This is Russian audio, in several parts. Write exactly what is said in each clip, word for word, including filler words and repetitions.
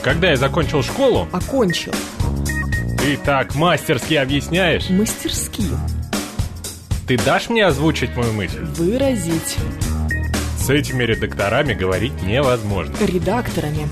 Когда я закончил школу... Окончил. Ты так мастерски объясняешь. Мастерски. Ты дашь мне озвучить мою мысль? Выразить. С этими редакторами говорить невозможно. Редакторами.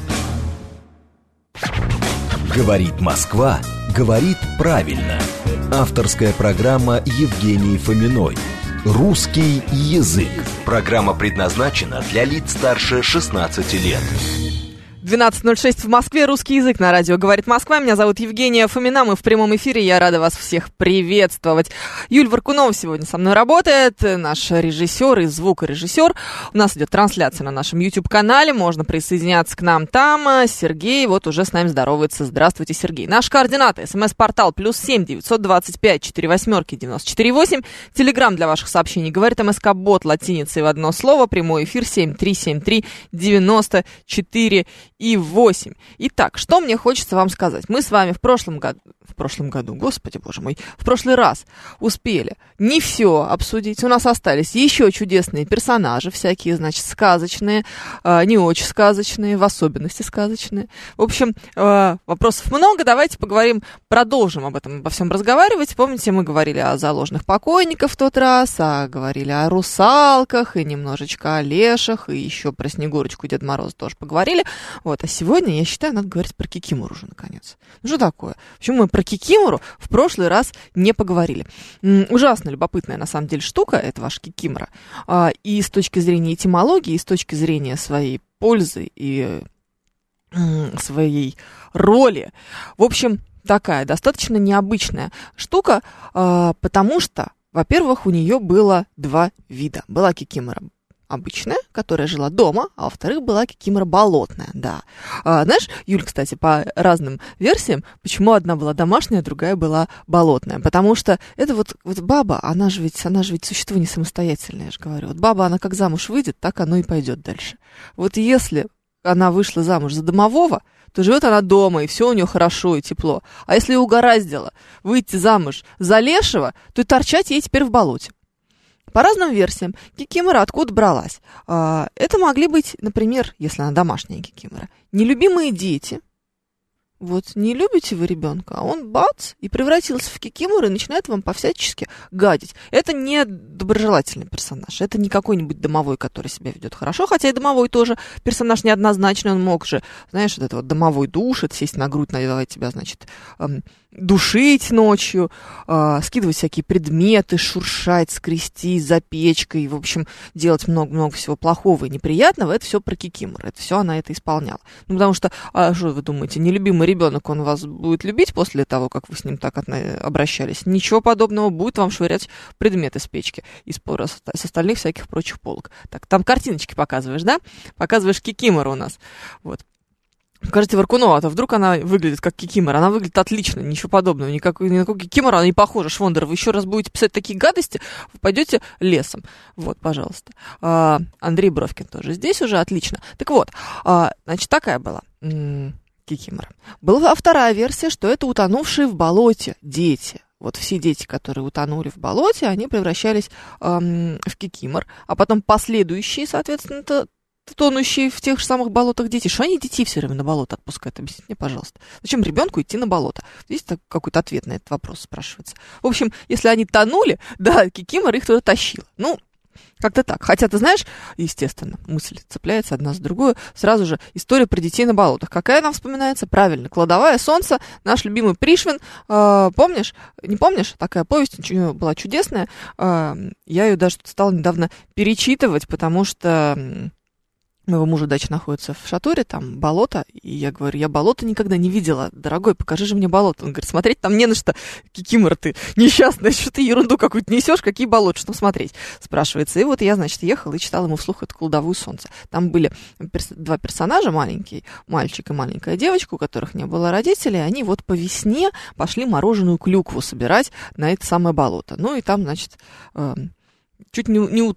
Говорит Москва, говорит правильно. Авторская программа Евгении Фоминой. Русский язык. Программа предназначена для лиц старше шестнадцати лет. двенадцать ноль шесть в Москве. Русский язык на радио «Говорит Москва». Меня зовут Евгения Фомина. Мы в прямом эфире. Я рада вас всех приветствовать. Юль Варкунова сегодня со мной работает. Наш режиссер и звукорежиссер. У нас идет трансляция на нашем YouTube-канале. Можно присоединяться к нам там. Сергей вот уже с нами здоровается. Здравствуйте, Сергей. Наши координаты. СМС-портал плюс семь девятьсот двадцать пять четыре восьмерки девяносто четыре восемь. Телеграм для ваших сообщений. Говорит МСК-бот латиницей в одно слово. Прямой эфир семь три семь три девяносто четыре и восемь. Итак, что мне хочется вам сказать. Мы с вами в прошлом году, в прошлом году, господи боже мой, в прошлый раз успели не все обсудить. У нас остались еще чудесные персонажи, всякие, значит, сказочные, э, не очень сказочные, в особенности сказочные. В общем, э, вопросов много. Давайте поговорим, продолжим об этом, обо всем разговаривать. Помните, мы говорили о заложных покойниках в тот раз, а говорили о русалках и немножечко о лешах, и еще про Снегурочку и Деда Мороза тоже поговорили. Вот, а сегодня, я считаю, надо говорить про Кикимору уже, наконец. Ну, что такое? Почему мы про Кикимору в прошлый раз не поговорили? М-м, ужасно любопытная, на самом деле, штука, это ваша Кикимора. А, и с точки зрения этимологии, и с точки зрения своей пользы и м- своей роли. В общем, такая достаточно необычная штука, а, потому что, во-первых, у нее было два вида. Была Кикимора обычная, которая жила дома, а во-вторых, была Кикимора болотная, да. А, знаешь, Юль, кстати, по разным версиям, почему одна была домашняя, а другая была болотная. Потому что это вот, вот баба, она же ведь, она же ведь существо не самостоятельное, я же говорю. Вот баба, она как замуж выйдет, так оно и пойдет дальше. Вот если она вышла замуж за домового, то живет она дома, и все у нее хорошо и тепло. А если ее угораздило выйти замуж за лешего, то и торчать ей теперь в болоте. По разным версиям, Кикимора откуда бралась? Это могли быть, например, если она домашняя Кикимора, нелюбимые дети. Вот, не любите вы ребенка, а он бац, и превратился в Кикимору и начинает вам по-всячески гадить. Это не доброжелательный персонаж, это не какой-нибудь домовой, который себя ведет хорошо, хотя и домовой тоже персонаж неоднозначный, он мог же, знаешь, вот это вот домовой душит, сесть на грудь, надевать тебя, значит, эм, душить ночью, э, скидывать всякие предметы, шуршать, скрести за печкой, в общем, делать много-много всего плохого и неприятного. Это все про Кикимору, это все она это исполняла. Ну, потому что, а что вы думаете, нелюбимый ребенок, он вас будет любить после того, как вы с ним так обращались? Ничего подобного, будет вам швырять предметы с печки из с остальных всяких прочих полок. Так, там картиночки показываешь, да? Показываешь Кикимору у нас, вот. Скажите, Варкунова, а вдруг она выглядит как Кикимора? Она выглядит отлично, ничего подобного. Никакой, ни на какую Кикимору она не похожа. Швондер, вы еще раз будете писать такие гадости, вы пойдете лесом. Вот, пожалуйста. А, Андрей Бровкин тоже здесь уже, отлично. Так вот, а, значит, такая была м-м, Кикимора. Была вторая версия, что это утонувшие в болоте дети. Вот все дети, которые утонули в болоте, они превращались эм, в Кикимор. А потом последующие, соответственно, тонущие в тех же самых болотах дети. Что они детей все время на болото отпускают? Объясните мне, пожалуйста. Зачем ребенку идти на болото? Здесь какой-то ответ на этот вопрос спрашивается. В общем, если они тонули, да, Кикимора их туда тащила. Ну, как-то так. Хотя, ты знаешь, естественно, мысль цепляется одна с другой. Сразу же история про детей на болотах. Какая нам вспоминается? Правильно, «Кладовая солнца», наш любимый Пришвин. Э, помнишь? Не помнишь? Такая повесть была чудесная. Э, я ее даже стала недавно перечитывать, потому что моего мужа дача находится в Шатуре, там болото, и я говорю, я болото никогда не видела, дорогой, покажи же мне болото. Он говорит, смотреть там не на что, Кикимора ты несчастная, что ты ерунду какую-то несешь, какие болота, что смотреть, спрашивается. И вот я, значит, ехала и читала ему вслух эту «Кладовую солнца». Там были перс- два персонажа, маленький мальчик и маленькая девочка, у которых не было родителей, они вот по весне пошли мороженую клюкву собирать на это самое болото. Ну и там, значит, э- чуть не, не утопли.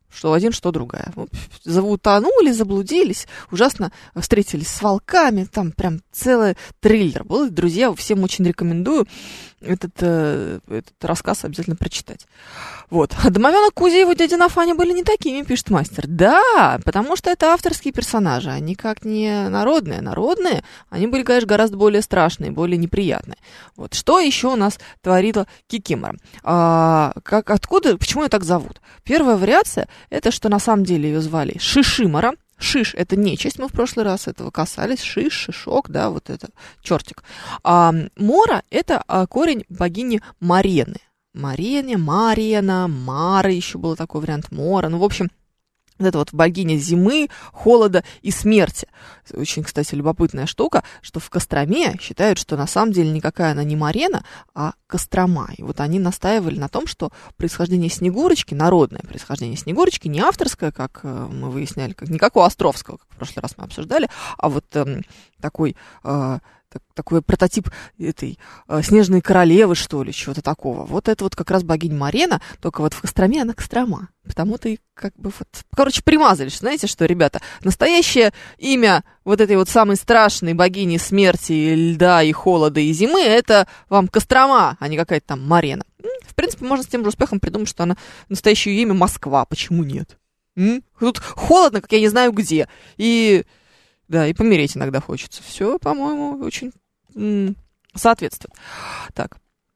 что один, что другая. Заутонули, заблудились, ужасно встретились с волками, там прям целый триллер был. Друзья, всем очень рекомендую этот, э, этот рассказ обязательно прочитать. Вот. А домовенок Кузя и его дядя Нафаня были не такими, пишет мастер. Да, потому что это авторские персонажи, они как не народные. Народные, они были, конечно, гораздо более страшные, более неприятные. Вот. Что еще у нас творила Кикимора? А, как, откуда, почему ее так зовут? Первая вариация, это что на самом деле ее звали Шишимора. Шиш — это нечисть, мы в прошлый раз этого касались. Шиш, шишок, да, вот это чертик. А Мора — это а, корень богини Марены. Марене, Марена, Мара, еще был такой вариант, Мора. Ну, в общем, вот это вот богиня зимы, холода и смерти. Очень, кстати, любопытная штука, что в Костроме считают, что на самом деле никакая она не Марена, а Кострома. И вот они настаивали на том, что происхождение Снегурочки, народное происхождение Снегурочки, не авторское, как мы выясняли, как, не как у Островского, как в прошлый раз мы обсуждали, а вот э, такой... Э, Так, такой прототип этой э, снежной королевы, что ли, чего-то такого. Вот это вот как раз богиня Марена, только вот в Костроме она Кострома. Потому-то и как бы вот... Короче, примазались, знаете что, ребята? Настоящее имя вот этой вот самой страшной богини смерти, льда и холода и зимы — это вам Кострома, а не какая-то там Марена. В принципе, можно с тем же успехом придумать, что она настоящее имя Москва. Почему нет? М? Тут холодно, как я не знаю где. И... Да, и помереть иногда хочется. Все, по-моему, очень м- соответствует. Так,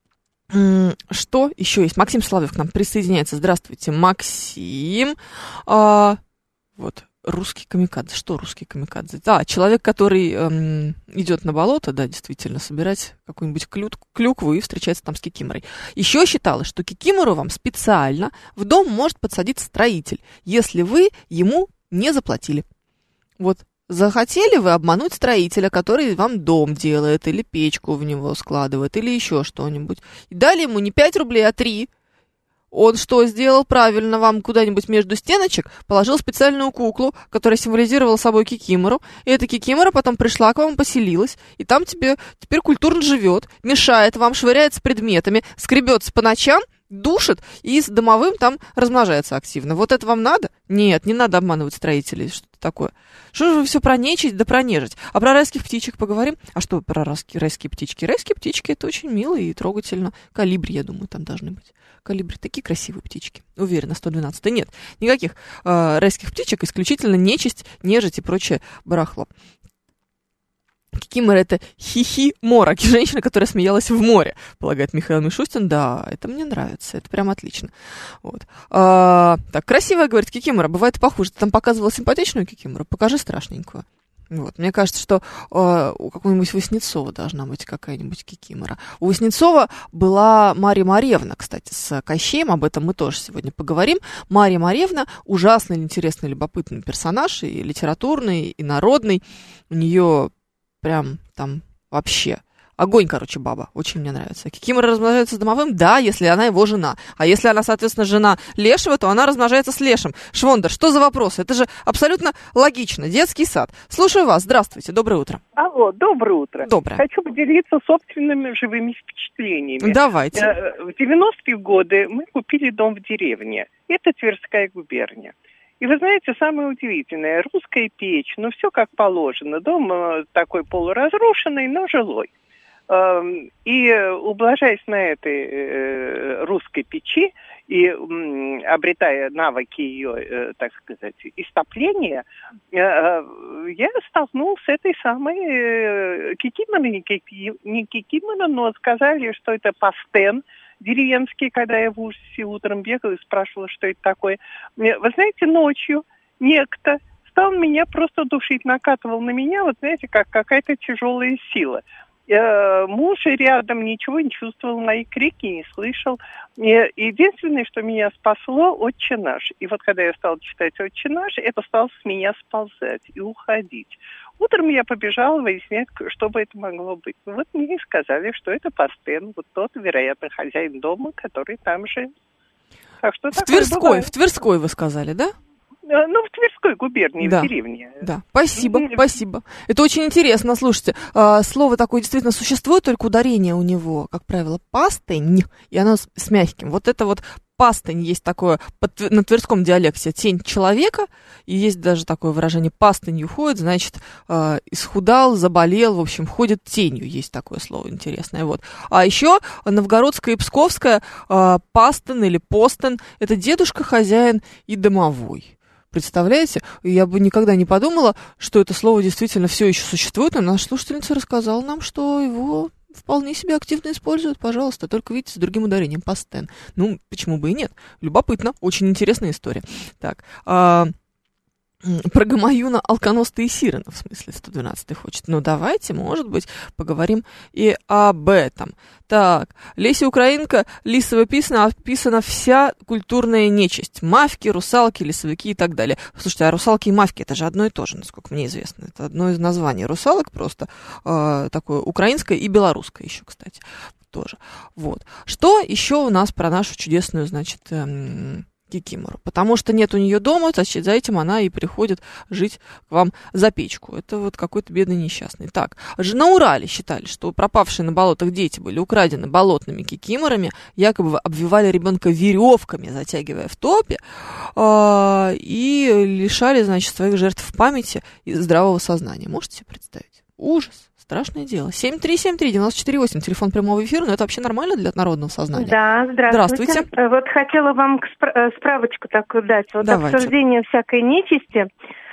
м- что еще есть? Максим Соловьев к нам присоединяется. Здравствуйте, Максим. А, вот, русский камикадзе. Что русский камикадзе? Да, человек, который эм, идет на болото, да, действительно, собирать какую-нибудь клю- клюкву и встречается там с кикиморой. Еще считалось, что кикимору вам специально в дом может подсадить строитель, если вы ему не заплатили. Вот. Захотели вы обмануть строителя, который вам дом делает, или печку в него складывает, или еще что-нибудь. И дали ему не пять рублей, а три. Он что сделал правильно? Вам куда-нибудь между стеночек положил специальную куклу, которая символизировала собой кикимору. И эта кикимора потом пришла к вам, поселилась, и там тебе теперь культурно живет, мешает вам, швыряется предметами, скребется по ночам, душит и с домовым там размножается активно. Вот это вам надо? Нет, не надо обманывать строителей, что-то такое. Что же вы все про нечисть да про нежить? А про райских птичек поговорим? А что про райские, райские птички? Райские птички — это очень мило и трогательно. Колибри, я думаю, там должны быть. Колибри — такие красивые птички. Уверена, сто двенадцать. Нет, никаких э, райских птичек, исключительно нечисть, нежить и прочее барахло. Кикимора — это хихи-мора, женщина, которая смеялась в море, полагает Михаил Мишустин. Да, это мне нравится, это прям отлично. Вот. А, так, красивая, говорит, кикимора, бывает похуже. Ты там показывала симпатичную кикимору, покажи страшненькую. Вот. Мне кажется, что э, у какого-нибудь Васнецова должна быть какая-нибудь кикимора. У Васнецова была Марья Марьевна, кстати, с Кощеем, об этом мы тоже сегодня поговорим. Марья Марьевна ужасно интересный, любопытный персонаж, и литературный, и народный. У нее прям там вообще огонь, короче, баба. Очень мне нравится. Кикимора размножается с домовым? Да, если она его жена. А если она, соответственно, жена лешего, то она размножается с лешим. Швондер, что за вопросы? Это же абсолютно логично. Детский сад. Слушаю вас. Здравствуйте. Доброе утро. Алло, доброе утро. Доброе. Хочу поделиться собственными живыми впечатлениями. Давайте. В девяностые годы мы купили дом в деревне. Это Тверская губерния. И вы знаете, самое удивительное, русская печь, ну все как положено. Дом такой полуразрушенный, но жилой. И ублажаясь на этой русской печи и обретая навыки ее, так сказать, истопления, я столкнулся с этой самой кикиморой, не кикимора, но сказали, что это пастен деревенский, когда я в ужасе утром бегала и спрашивала, что это такое. Вы знаете, ночью некто стал меня просто душить, накатывал на меня, вот знаете, как какая-то тяжелая сила. Муж рядом ничего не чувствовал, мои крики не слышал. Единственное, что меня спасло, «Отче наш». И вот когда я стала читать «Отче наш», это стало с меня сползать и уходить. Утром я побежала выяснять, что бы это могло быть. Вот мне и сказали, что это пастен, вот тот, вероятно, хозяин дома, который там же. Так что в Тверской, в Тверской вы сказали, да? Ну, в Тверской губернии, да. в деревне. Да, спасибо, Или... спасибо. Это очень интересно, слушайте. Слово такое действительно существует, только ударение у него, как правило, пастынь, и оно с, с мягким. Вот это вот пастынь есть такое под, на тверском диалекте, тень человека, и есть даже такое выражение «пастынью ходит», значит, исхудал, заболел, в общем, ходит тенью, есть такое слово интересное. Вот. А еще новгородское и псковское пастын или постын – это дедушка, хозяин и домовой. Представляете? Я бы никогда не подумала, что это слово действительно все еще существует, но наша слушательница рассказала нам, что его вполне себе активно используют, пожалуйста, только, видите, с другим ударением, пастен. Ну, почему бы и нет? Любопытно, очень интересная история. Так, а... про Гамаюна, Алконоста и Сирена, в смысле, сто двенадцатый хочет. Ну, давайте, может быть, поговорим и об этом. Так, Леся Украинка, Лисова писана, описана вся культурная нечисть. Мавки, русалки, лесовики и так далее. Слушайте, а русалки и мавки, это же одно и то же, насколько мне известно. Это одно из названий русалок просто, э, такое украинское и белорусское еще, кстати, тоже. Вот. Что еще у нас про нашу чудесную, значит, эм, кикимору? Потому что нет у нее дома, значит, за этим она и приходит жить к вам за печку. Это вот какой-то бедный несчастный. Так, на Урале считали, что пропавшие на болотах дети были украдены болотными кикиморами, якобы обвивали ребенка веревками, затягивая в топе, э, и лишали, значит, своих жертв памяти и здравого сознания. Можете себе представить? Ужас. Страшное дело. семь три семь три девять четыре восемь, телефон прямого эфира, но это вообще нормально для народного сознания? Да, здравствуйте. Здравствуйте. Вот хотела вам справочку такую дать. Вот Давайте. Обсуждение всякой нечисти,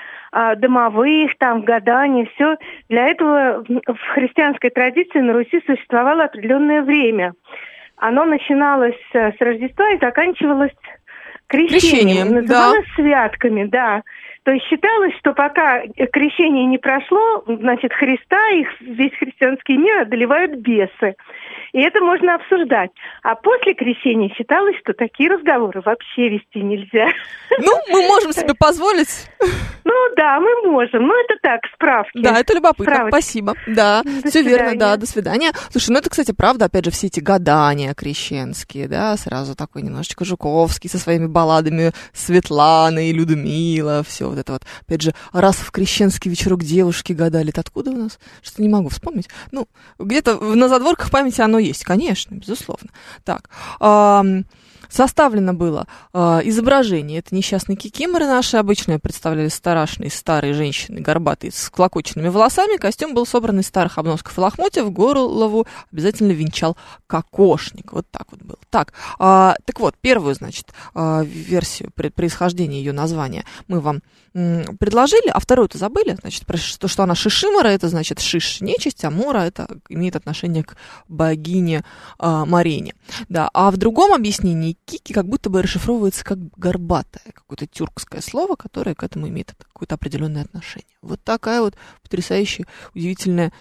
домовых, там, гаданий, все. Для этого в христианской традиции на Руси существовало определенное время. Оно начиналось с Рождества и заканчивалось крещением. Крещением, называлось да. святками, да. То есть считалось, что пока крещение не прошло, значит, Христа, их весь христианский мир одолевают бесы. И это можно обсуждать. А после крещения считалось, что такие разговоры вообще вести нельзя. Ну, мы можем себе позволить. Ну да, мы можем. Ну это так, справки. Да, это любопытно. Справочки. Спасибо. Да, До все верно, свидания. да, до свидания. Слушай, ну это, кстати, правда, опять же, все эти гадания крещенские, да, сразу такой немножечко Жуковский со своими балладами Светлана и Людмила, все вот это вот. Опять же, раз в крещенский вечерок девушки гадали, это откуда у нас? Что-то не могу вспомнить. Ну, где-то на задворках памяти оно есть, конечно, безусловно. Так, эм, составлено было э, изображение. Это несчастные кикиморы наши, обычные представляли страшные старые женщины, горбатые, с клокоченными волосами. Костюм был собран из старых обносков и лохмотьев, голову обязательно венчал кокошник. Вот так вот было. Так, э, так вот, первую, значит, э, версию происхождения ее названия мы вам э, предложили, а вторую-то забыли. Значит, то, что она шишимора, это значит шиш нечисть, а мора это имеет отношение к богине э, Марине. Да, а в другом объяснении кики как будто бы расшифровывается как горбатое, какое-то тюркское слово, которое к этому имеет какое-то определенное отношение. Вот такая вот потрясающая, удивительная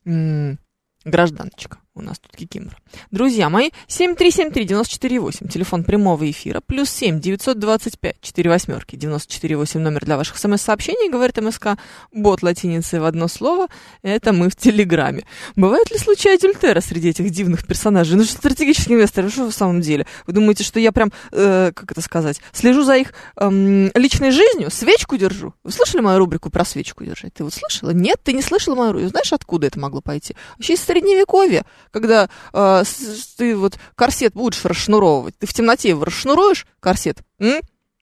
м- гражданочка у нас тут кикимора. Друзья мои, семь три семь три девять четыре восемь, телефон прямого эфира, плюс семь девятьсот двадцать пять четыре восьмерки девяносто четыре восемь, номер для ваших смс-сообщений, говорит МСК, бот латиницей в одно слово, это мы в Телеграме. Бывает ли случай адюльтера среди этих дивных персонажей? Ну, что стратегические инвесторы, что в самом деле? Вы думаете, что я прям, э, как это сказать, слежу за их э, личной жизнью, свечку держу? Вы слышали мою рубрику про свечку держать? Ты вот слышала? Нет, ты не слышала мою рубрику. Знаешь, откуда это могло пойти? Вообще из Средневековья. Когда э, с, ты вот корсет будешь расшнуровывать, ты в темноте его расшнуруешь, корсет, м?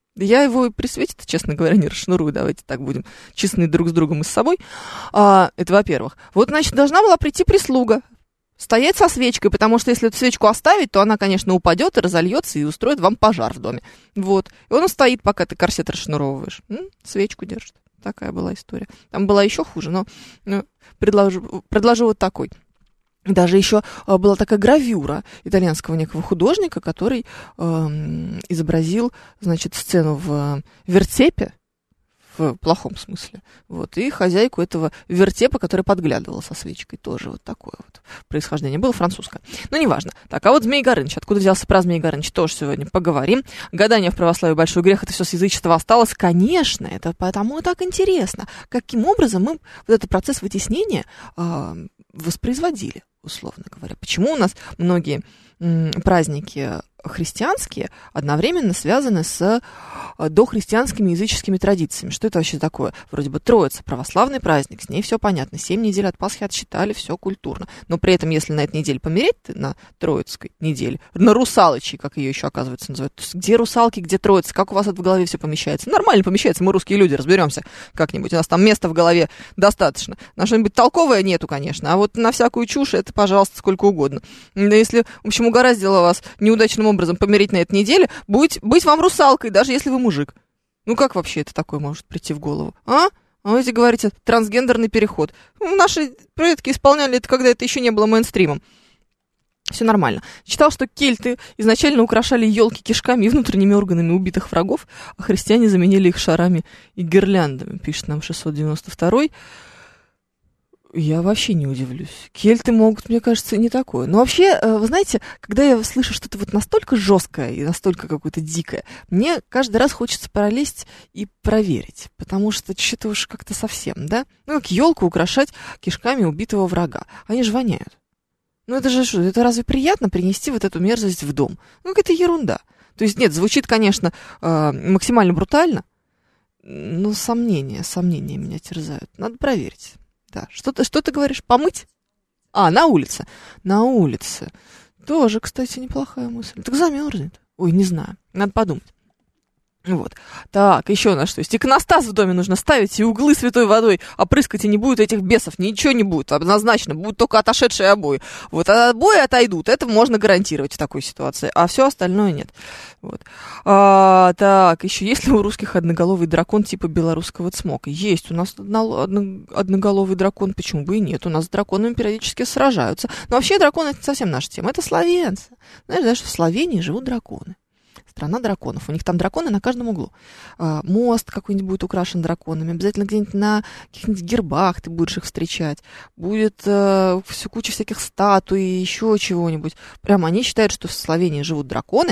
Я его и при свете-то, честно говоря, не расшнурую, давайте так будем честны друг с другом и с собой. А, это во-первых. Вот, значит, должна была прийти прислуга, стоять со свечкой, потому что если эту свечку оставить, то она, конечно, упадет и разольется, и устроит вам пожар в доме. Вот. И он стоит, пока ты корсет расшнуровываешь. М? Свечку держит. Такая была история. Там была еще хуже, но ну, предложу, предложу вот такой. Даже еще э, была такая гравюра итальянского некого художника, который э, изобразил, значит, сцену в э, вертепе, в плохом смысле, вот, и хозяйку этого вертепа, которая подглядывала со свечкой, тоже вот такое вот происхождение было, французское. Но неважно. Так, а вот Змей Горыныч, откуда взялся про Змей Горыныч, тоже сегодня поговорим. Гадание в православии большой грех, это все с язычества осталось, конечно, это потому и так интересно, каким образом мы вот этот процесс вытеснения э, воспроизводили, условно говоря. Почему у нас многие м, праздники христианские одновременно связаны с дохристианскими языческими традициями. Что это вообще такое? Вроде бы Троица, православный праздник, с ней все понятно. Семь недель от Пасхи отсчитали, все культурно. Но при этом, если на этой неделе помереть, на Троицкой неделе, на Русалочей, как ее еще, оказывается, называют, то есть где русалки, где Троица, как у вас это в голове все помещается? Нормально помещается, мы русские люди, разберемся как-нибудь. У нас там места в голове достаточно. На что-нибудь толковое нету, конечно, а вот на всякую чушь это, пожалуйста, сколько угодно. Да если, в общем, угораздило вас неудачным образом помереть на этой неделе, быть, быть вам русалкой, даже если вы мужик. Ну как вообще это такое может прийти в голову? А? А вы здесь говорите, трансгендерный переход. Ну, наши предки исполняли это, когда это еще не было мейнстримом. Все нормально. Читал, что кельты изначально украшали елки кишками и внутренними органами убитых врагов, а христиане заменили их шарами и гирляндами, пишет нам шестьсот девяносто второй. Я вообще не удивлюсь. Кельты могут, мне кажется, и не такое. Но вообще, вы знаете, когда я слышу что-то вот настолько жесткое и настолько какое-то дикое, мне каждый раз хочется пролезть и проверить. Потому что что-то уж как-то совсем, да? Ну, как елку украшать кишками убитого врага. Они же воняют. Ну, это же что? Это разве приятно принести вот эту мерзость в дом? Ну, какая-то ерунда. То есть, нет, звучит, конечно, максимально брутально, но сомнения, сомнения меня терзают. Надо проверить. Да, что ты, что ты говоришь? Помыть? А, на улице. На улице. Тоже, кстати, неплохая мысль. Так замерзнет. Ой, не знаю. Надо подумать. Вот. Так, еще на что есть. Иконостас в доме нужно ставить, и углы святой водой опрыскать, и не будет этих бесов. Ничего не будет, однозначно. Будут только отошедшие обои. Вот, а обои отойдут. Это можно гарантировать в такой ситуации. А все остальное нет. Вот. А, так, еще есть ли у русских одноголовый дракон типа белорусского цмока? Есть у нас одно, одно, одноголовый дракон. Почему бы и нет? У нас с драконами периодически сражаются. Но вообще дракон — это совсем наша тема. Это словенцы. Знаешь, даже в Словении живут драконы. Страна драконов. У них там драконы на каждом углу. А, мост какой-нибудь будет украшен драконами. Обязательно где-нибудь на каких-нибудь гербах ты будешь их встречать. Будет а, всю кучу всяких статуй и еще чего-нибудь. Прямо они считают, что в Словении живут драконы.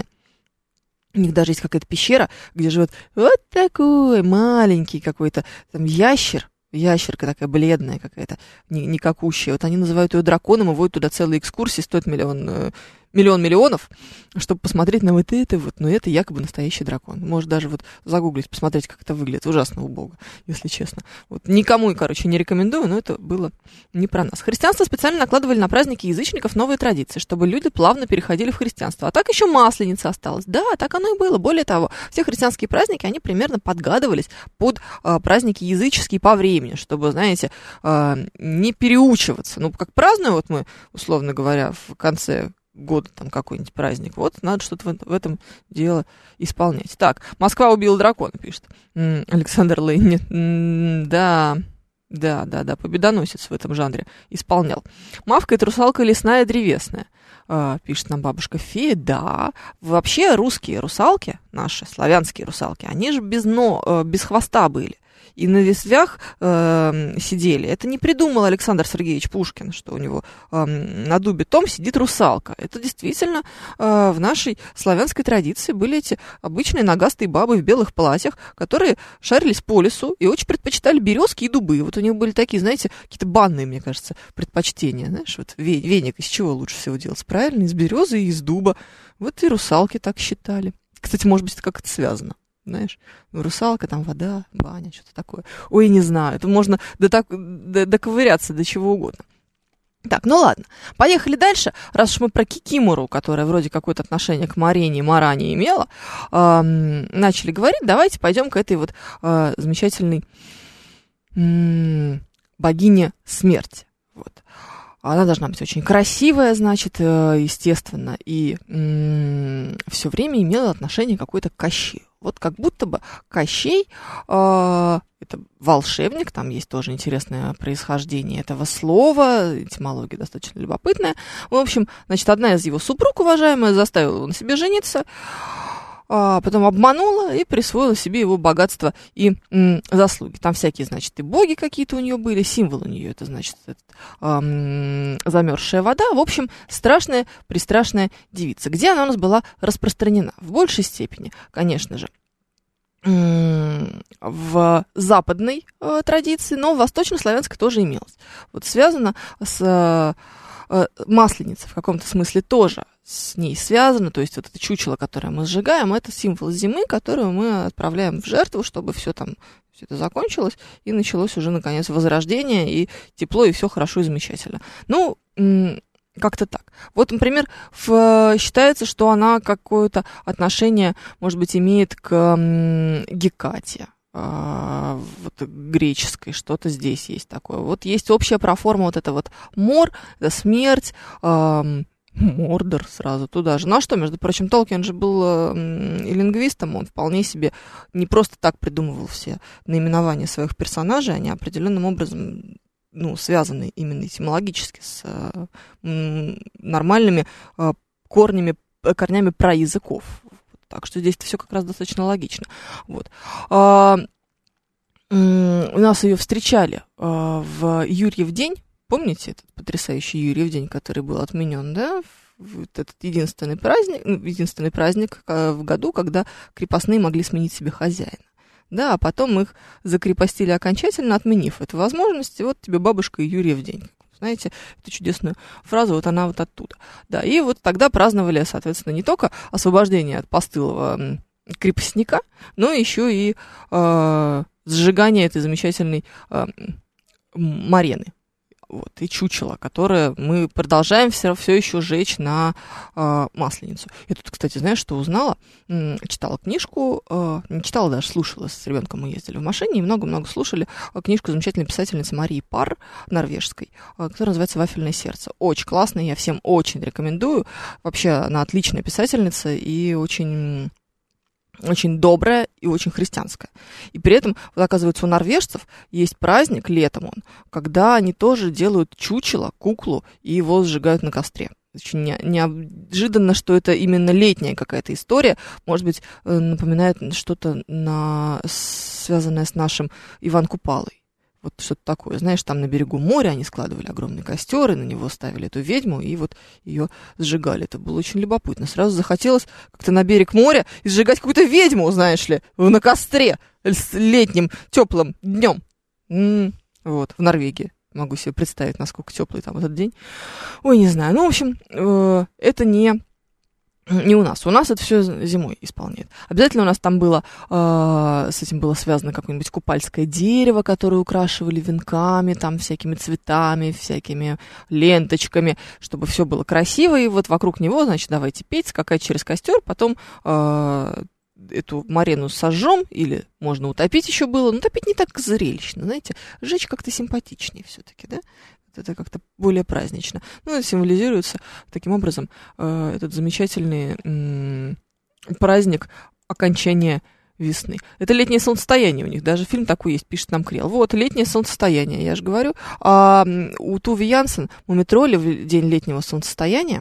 У них даже есть какая-то пещера, где живет вот такой маленький какой-то там ящер. Ящерка такая бледная какая-то, никакущая. Вот они называют ее драконом и водят туда целые экскурсии, стоит миллион, миллион миллионов, чтобы посмотреть на вот это вот. Но это якобы настоящий дракон. Может даже вот загуглить, посмотреть, как это выглядит. Ужасно убого, если честно. Вот. Никому, короче, не рекомендую, но это было не про нас. Христианство специально накладывали на праздники язычников новые традиции, чтобы люди плавно переходили в христианство. А так еще Масленица осталась. Да, так оно и было. Более того, все христианские праздники, они примерно подгадывались под а, праздники языческие по времени, чтобы, знаете, а, не переучиваться. Ну, как празднуем, вот мы, условно говоря, в конце года там какой-нибудь праздник, вот надо что-то в, в этом дело исполнять. Так, Москва убила дракона, пишет М-м, Александр Лейн. М-м, да, да, да, да, победоносец в этом жанре исполнял. Мавка — это русалка лесная, древесная. Uh, пишет нам бабушка Фея. Да, вообще русские русалки, наши славянские русалки, они же без, но, uh, без хвоста были. И на ветвях э, сидели. Это не придумал Александр Сергеевич Пушкин, что у него э, на дубе том сидит русалка. Это действительно э, в нашей славянской традиции были эти обычные нагастые бабы в белых платьях, которые шарились по лесу и очень предпочитали березки и дубы. Вот у них были такие, знаете, какие-то банные, мне кажется, предпочтения. Знаешь, вот веник из чего лучше всего делать? Правильно, из березы и из дуба. Вот и русалки так считали. Кстати, может быть, это как-то связано. Знаешь, ну, русалка, там вода, баня, что-то такое. Ой, не знаю, это можно до так, до, доковыряться до чего угодно. Так, ну ладно, поехали дальше. Раз уж мы про кикимору, которая вроде какое-то отношение к Марене и Маране имела, э, начали говорить, давайте пойдем к этой вот э, замечательной э, богине смерти. Вот. Она должна быть очень красивая, значит, естественно, и м- все время имела отношение какое-то к Кащею. Вот как будто бы Кощей, э- это волшебник, там есть тоже интересное происхождение этого слова, этимология достаточно любопытная. В общем, значит, одна из его супруг, уважаемая, заставила его на себе жениться, а потом обманула и присвоила себе его богатство и м, заслуги. Там всякие, значит, и боги какие-то у нее были, символ у нее, это, значит, это, эм, замерзшая вода. В общем, страшная, пристрашная девица. Где она у нас была распространена? В большей степени, конечно же, м- в западной э, традиции, но в восточнославянской тоже имелась. Вот связано с... Э, Масленица в каком-то смысле тоже с ней связано, то есть вот это чучело, которое мы сжигаем, это символ зимы, которую мы отправляем в жертву, чтобы все там, все это закончилось, и началось уже, наконец, возрождение, и тепло, и все хорошо и замечательно. Ну, как-то так. Вот, например, в, считается, что она какое-то отношение, может быть, имеет к Гекате, э, вот, греческой, что-то здесь есть такое. Вот есть общая проформа, вот это вот мор, это смерть, э, Мордор сразу туда же. Ну а что, между прочим, Толкин же был э, и лингвистом, он вполне себе не просто так придумывал все наименования своих персонажей, они определенным образом, ну, связаны именно этимологически с э, нормальными э, корнями, корнями праязыков. Так что здесь все как раз достаточно логично. Вот. А, э, у нас ее встречали э, в Юрьев день. Помните этот потрясающий Юрьев день, который был отменен, да? Вот этот единственный праздник, ну, единственный праздник в году, когда крепостные могли сменить себе хозяина. Да, а потом их закрепостили окончательно, отменив эту возможность, и вот тебе бабушка и Юрьев день. Знаете, эту чудесную фразу, вот она вот оттуда. Да, и вот тогда праздновали, соответственно, не только освобождение от постылого крепостника, но еще и э, сжигание этой замечательной э, марены. Вот, и чучело, которое мы продолжаем все, все еще жечь на э, Масленицу. Я тут, кстати, знаешь, что узнала? М- читала книжку, э, не читала даже, слушала, с ребенком мы ездили в машине, и много-много слушали книжку замечательной писательницы Марии Пар, норвежской, э, которая называется «Вафельное сердце». Очень классная, я всем очень рекомендую. Вообще, она отличная писательница и очень... очень добрая и очень христианская. И при этом, вот, оказывается, у норвежцев есть праздник, летом он, когда они тоже делают чучело, куклу, и его сжигают на костре. Очень не, неожиданно, что это именно летняя какая-то история. Может быть, напоминает что-то, на, связанное с нашим Иван Купалой. Вот что-то такое. Знаешь, там на берегу моря они складывали огромный костер, и на него ставили эту ведьму, и вот ее сжигали. Это было очень любопытно. Сразу захотелось как-то на берег моря и сжигать какую-то ведьму, знаешь ли, на костре с летним теплым днем. М-м, вот, в Норвегии. Могу себе представить, насколько теплый там этот день. Ой, не знаю. Ну, в общем, э, это не... Не у нас. У нас это все зимой исполняет. Обязательно у нас там было, э, с этим было связано какое-нибудь купальское дерево, которое украшивали венками, там всякими цветами, всякими ленточками, чтобы все было красиво. И вот вокруг него, значит, давайте петь, скакать через костер, потом э, эту марену сожжем, или можно утопить еще было. Но утопить не так зрелищно, знаете, сжечь как-то симпатичнее все-таки, да? Это как-то более празднично. Ну, это символизируется таким образом э, этот замечательный э, праздник окончания весны. Это летнее солнцестояние у них, даже фильм такой есть, пишет нам Крел. Вот, летнее солнцестояние, я же говорю. А у Туви Янсен, Мумитроли в день летнего солнцестояния,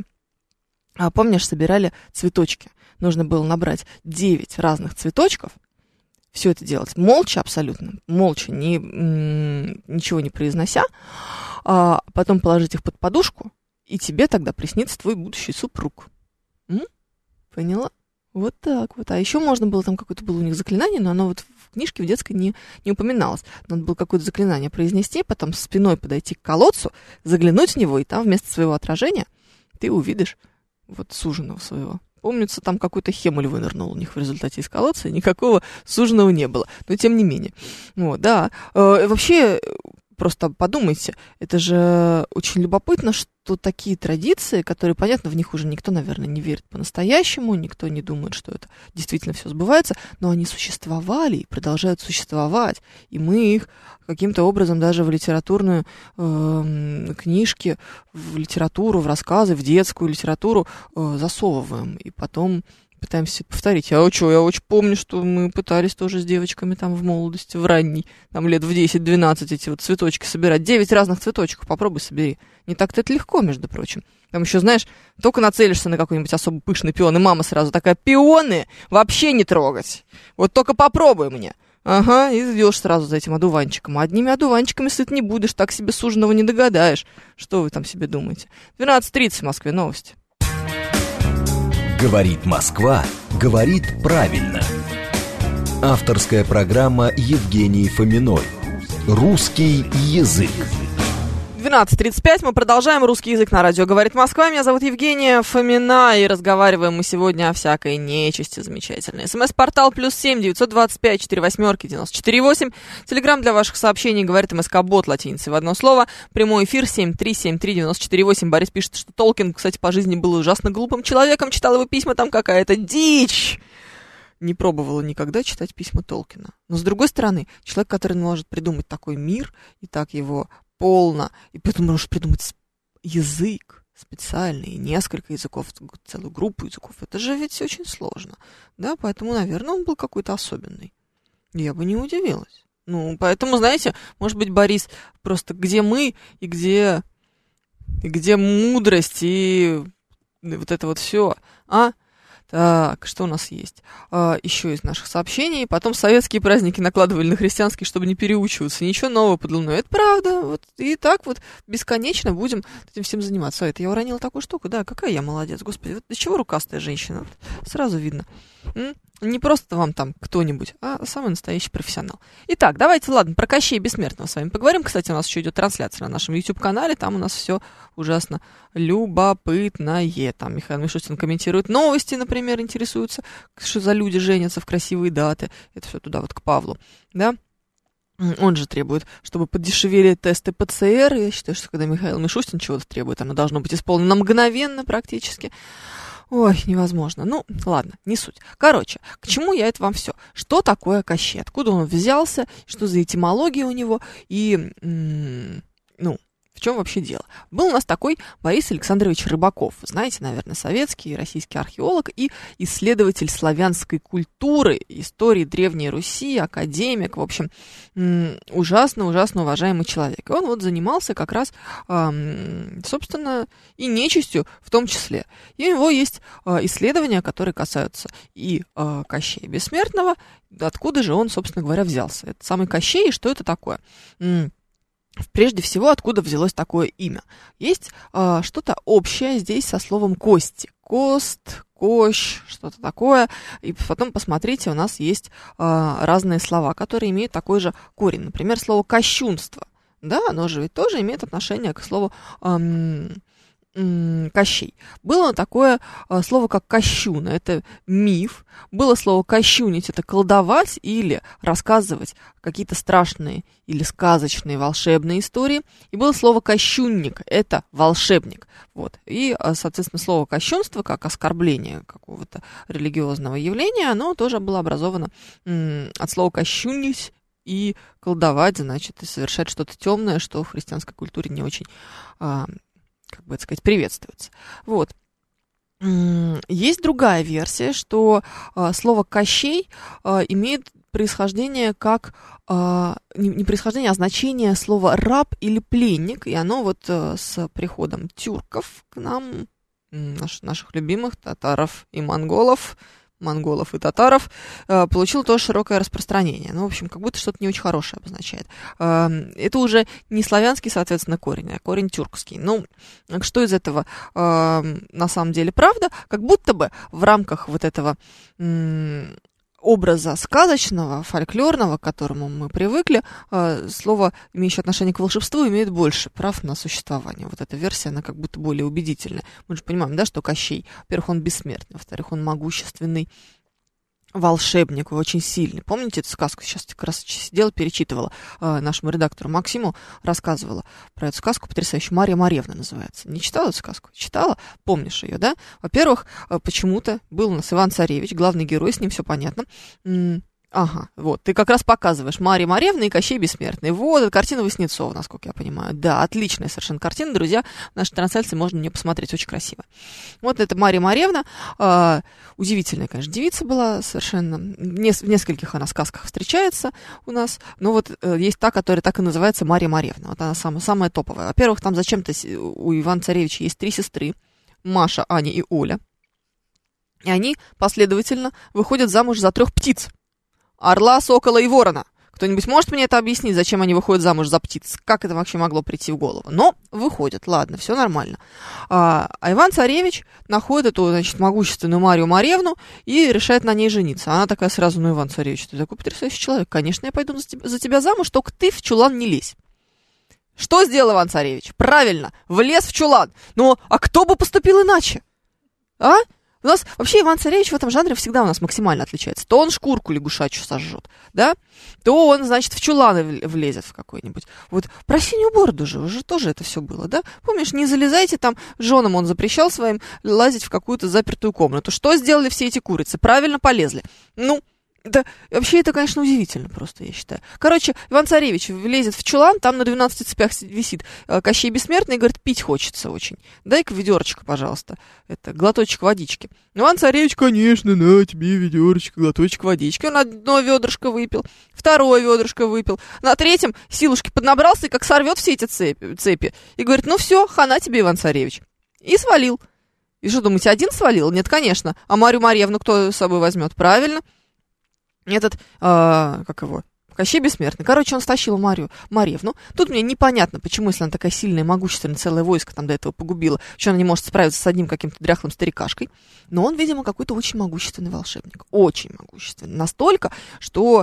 а, помнишь, собирали цветочки. Нужно было набрать девять разных цветочков, все это делать молча абсолютно, молча, ни, м- ничего не произнося, а потом положить их под подушку, и тебе тогда приснится твой будущий супруг. М? Поняла? Вот так вот. А еще можно было, там какое-то было у них заклинание, но оно вот в книжке в детской не, не упоминалось. Надо было какое-то заклинание произнести, потом спиной подойти к колодцу, заглянуть в него, и там вместо своего отражения ты увидишь вот суженого своего. Помнится, там какой-то хемуль вынырнул у них в результате из колодца, никакого суженого не было. Но тем не менее. Вот, да. Э, вообще, просто подумайте, это же очень любопытно, что такие традиции, которые, понятно, в них уже никто, наверное, не верит по-настоящему, никто не думает, что это действительно все сбывается, но они существовали и продолжают существовать, и мы их каким-то образом даже в литературную э, книжки, в литературу, в рассказы, в детскую литературу э, засовываем, и потом пытаемся повторить. Я очень, я очень помню, что мы пытались тоже с девочками там в молодости, в ранней, там лет в десять-двенадцать эти вот цветочки собирать. Девять разных цветочков, попробуй собери. Не так-то это легко, между прочим. Там еще, знаешь, только нацелишься на какой-нибудь особо пышный пион, и мама сразу такая: пионы вообще не трогать. Вот только попробуй мне. Ага, и идешь сразу за этим одуванчиком. А одними одуванчиками сыт не будешь, так себе суженого не догадаешь. Что вы там себе думаете? двенадцать тридцать в Москве, новости. Говорит Москва, говорит правильно. Авторская программа Евгении Фоминой. Русский язык. двенадцать тридцать пять, мы продолжаем «Русский язык» на радио «Говорит Москва». Меня зовут Евгения Фомина, и разговариваем мы сегодня о всякой нечисти замечательной. СМС-портал плюс семь девятьсот двадцать пять четыре восьмерки девяносто четыре восемь. Телеграм для ваших сообщений «Говорит МСК-бот» латиницей в одно слово. Прямой эфир семь три семь три девяносто четыре восемь. Борис пишет, что Толкин, кстати, по жизни был ужасно глупым человеком. Читал его письма, там какая-то дичь. Не пробовала никогда читать письма Толкина. Но, с другой стороны, человек, который может придумать такой мир и так его полно, и потом можешь придумать язык специальный, несколько языков, целую группу языков, это же ведь очень сложно, да, поэтому, наверное, он был какой-то особенный. Я бы не удивилась. Ну, поэтому, знаете, может быть, Борис, просто где мы и где, и где мудрость и вот это вот все, а? Так, что у нас есть? А, еще из наших сообщений. Потом советские праздники накладывали на христианские, чтобы не переучиваться. Ничего нового под луной. Это правда. Вот, и так вот бесконечно будем этим всем заниматься. А это я уронила такую штуку. Да, какая я молодец. Господи, вот до чего рукастая женщина? Вот сразу видно. М? Не просто вам там кто-нибудь, а самый настоящий профессионал. Итак, давайте, ладно, про Кощея Бессмертного с вами поговорим. Кстати, у нас еще идет трансляция на нашем YouTube-канале. Там у нас все ужасно любопытное. Там Михаил Мишустин комментирует новости, например, интересуется, что за люди женятся в красивые даты. Это все туда вот к Павлу, да? Он же требует, чтобы подешевели тесты ПЦР. Я считаю, что когда Михаил Мишустин чего-то требует, оно должно быть исполнено мгновенно практически. Ой, невозможно. Ну, ладно, не суть. Короче, к чему я это вам все? Что такое Кощей? Откуда он взялся? Что за этимология у него? И, м- ну, в чем вообще дело? Был у нас такой Борис Александрович Рыбаков. Знаете, наверное, советский и российский археолог и исследователь славянской культуры, истории Древней Руси, академик. В общем, ужасно-ужасно уважаемый человек. И он вот занимался как раз, собственно, и нечистью в том числе. И у него есть исследования, которые касаются и Кощея Бессмертного, откуда же он, собственно говоря, взялся. Это самый Кощей, и что это такое? Прежде всего, откуда взялось такое имя? Есть э, что-то общее здесь со словом «кости». Кост, кощ, что-то такое. И потом посмотрите, у нас есть э, разные слова, которые имеют такой же корень. Например, слово «кощунство». Да, оно же ведь тоже имеет отношение к слову э, э, «кощей». Было такое э, слово, как «кощуна». Это миф. Было слово «кощунить» — это колдовать или рассказывать какие-то страшные или сказочные волшебные истории. И было слово «кощунник» — это волшебник. Вот. И, соответственно, слово «кощунство», как оскорбление какого-то религиозного явления, оно тоже было образовано м- от слова «кощунить» и колдовать, значит, и совершать что-то темное, что в христианской культуре не очень, а, как бы это сказать, приветствуется. Вот. Есть другая версия, что а, слово «Кощей» а, имеет происхождение как, а, не, не происхождение, а значение слова «раб» или «пленник», и оно вот а, с приходом тюрков к нам, наш, наших любимых татаров и монголов, монголов и татаров, э, получил тоже широкое распространение. Ну, в общем, как будто что-то не очень хорошее обозначает. Э, это уже не славянский, соответственно, корень, а корень тюркский. Ну, что из этого э, на самом деле правда? Как будто бы в рамках вот этого м- образа сказочного, фольклорного, к которому мы привыкли, э, слово, имеющее отношение к волшебству, имеет больше прав на существование. Вот эта версия, она как будто более убедительная. Мы же понимаем, да, что Кощей, во-первых, он бессмертный, во-вторых, он могущественный волшебник, очень сильный. Помните эту сказку? Сейчас как раз сидела, перечитывала э, нашему редактору Максиму, рассказывала про эту сказку потрясающую. «Марья Маревна» называется. Не читала эту сказку? Читала? Помнишь ее, да? Во-первых, э, почему-то был у нас Иван-Царевич, главный герой, с ним все понятно. М- Ага, вот, ты как раз показываешь Марья Маревна и Кощей Бессмертный. Вот, это картина Васнецова, насколько я понимаю. Да, отличная совершенно картина, друзья. В нашей трансляции можно мне посмотреть, очень красиво. Вот это Марья Маревна. Э, удивительная, конечно, девица была совершенно. Нес- в нескольких она сказках встречается у нас. Но вот э, есть та, которая так и называется Марья Маревна. Вот она самая, самая топовая. Во-первых, там зачем-то у Ивана Царевича есть три сестры. Маша, Аня и Оля. И они последовательно выходят замуж за трех птиц. Орла, сокола и ворона. Кто-нибудь может мне это объяснить, зачем они выходят замуж за птиц? Как это вообще могло прийти в голову? Но выходят, ладно, все нормально. А, а Иван-Царевич находит эту, значит, могущественную Марью Маревну и решает на ней жениться. Она такая сразу: ну, Иван-Царевич, ты такой потрясающий человек. Конечно, я пойду за тебя, за тебя замуж, только ты в чулан не лезь. Что сделал Иван-Царевич? Правильно, влез в чулан. Но, а кто бы поступил иначе? А? У нас вообще Иван-Царевич в этом жанре всегда у нас максимально отличается. То он шкурку лягушачью сожжет, да? То он, значит, в чулан влезет в какой-нибудь. Вот про синюю бороду же уже тоже это все было, да? Помнишь, не залезайте там, женам он запрещал своим лазить в какую-то запертую комнату. Что сделали все эти курицы? Правильно полезли. Ну, да, вообще это, конечно, удивительно просто, я считаю. Короче, Иван-Царевич влезет в чулан, там на двенадцати цепях висит Кощей Бессмертный и говорит, пить хочется очень. Дай-ка ведерочко, пожалуйста, это, глоточек водички. Иван-Царевич, конечно, на тебе ведерочко, глоточек водички. Он одно ведрышко выпил, второе ведрышко выпил. На третьем силушки поднабрался и как сорвет все эти цепи, цепи. И говорит, ну все, хана тебе, Иван-Царевич. И свалил. И что, думаете, один свалил? Нет, конечно. А Марью Марьевну кто с собой возьмет? Правильно. Этот, э, как его, Кощей Бессмертный. Короче, он стащил Марию Марьевну. Тут мне непонятно, почему, если она такая сильная, могущественная, целое войско там до этого погубила, что она не может справиться с одним каким-то дряхлым старикашкой. Но он, видимо, какой-то очень могущественный волшебник. Очень могущественный. Настолько, что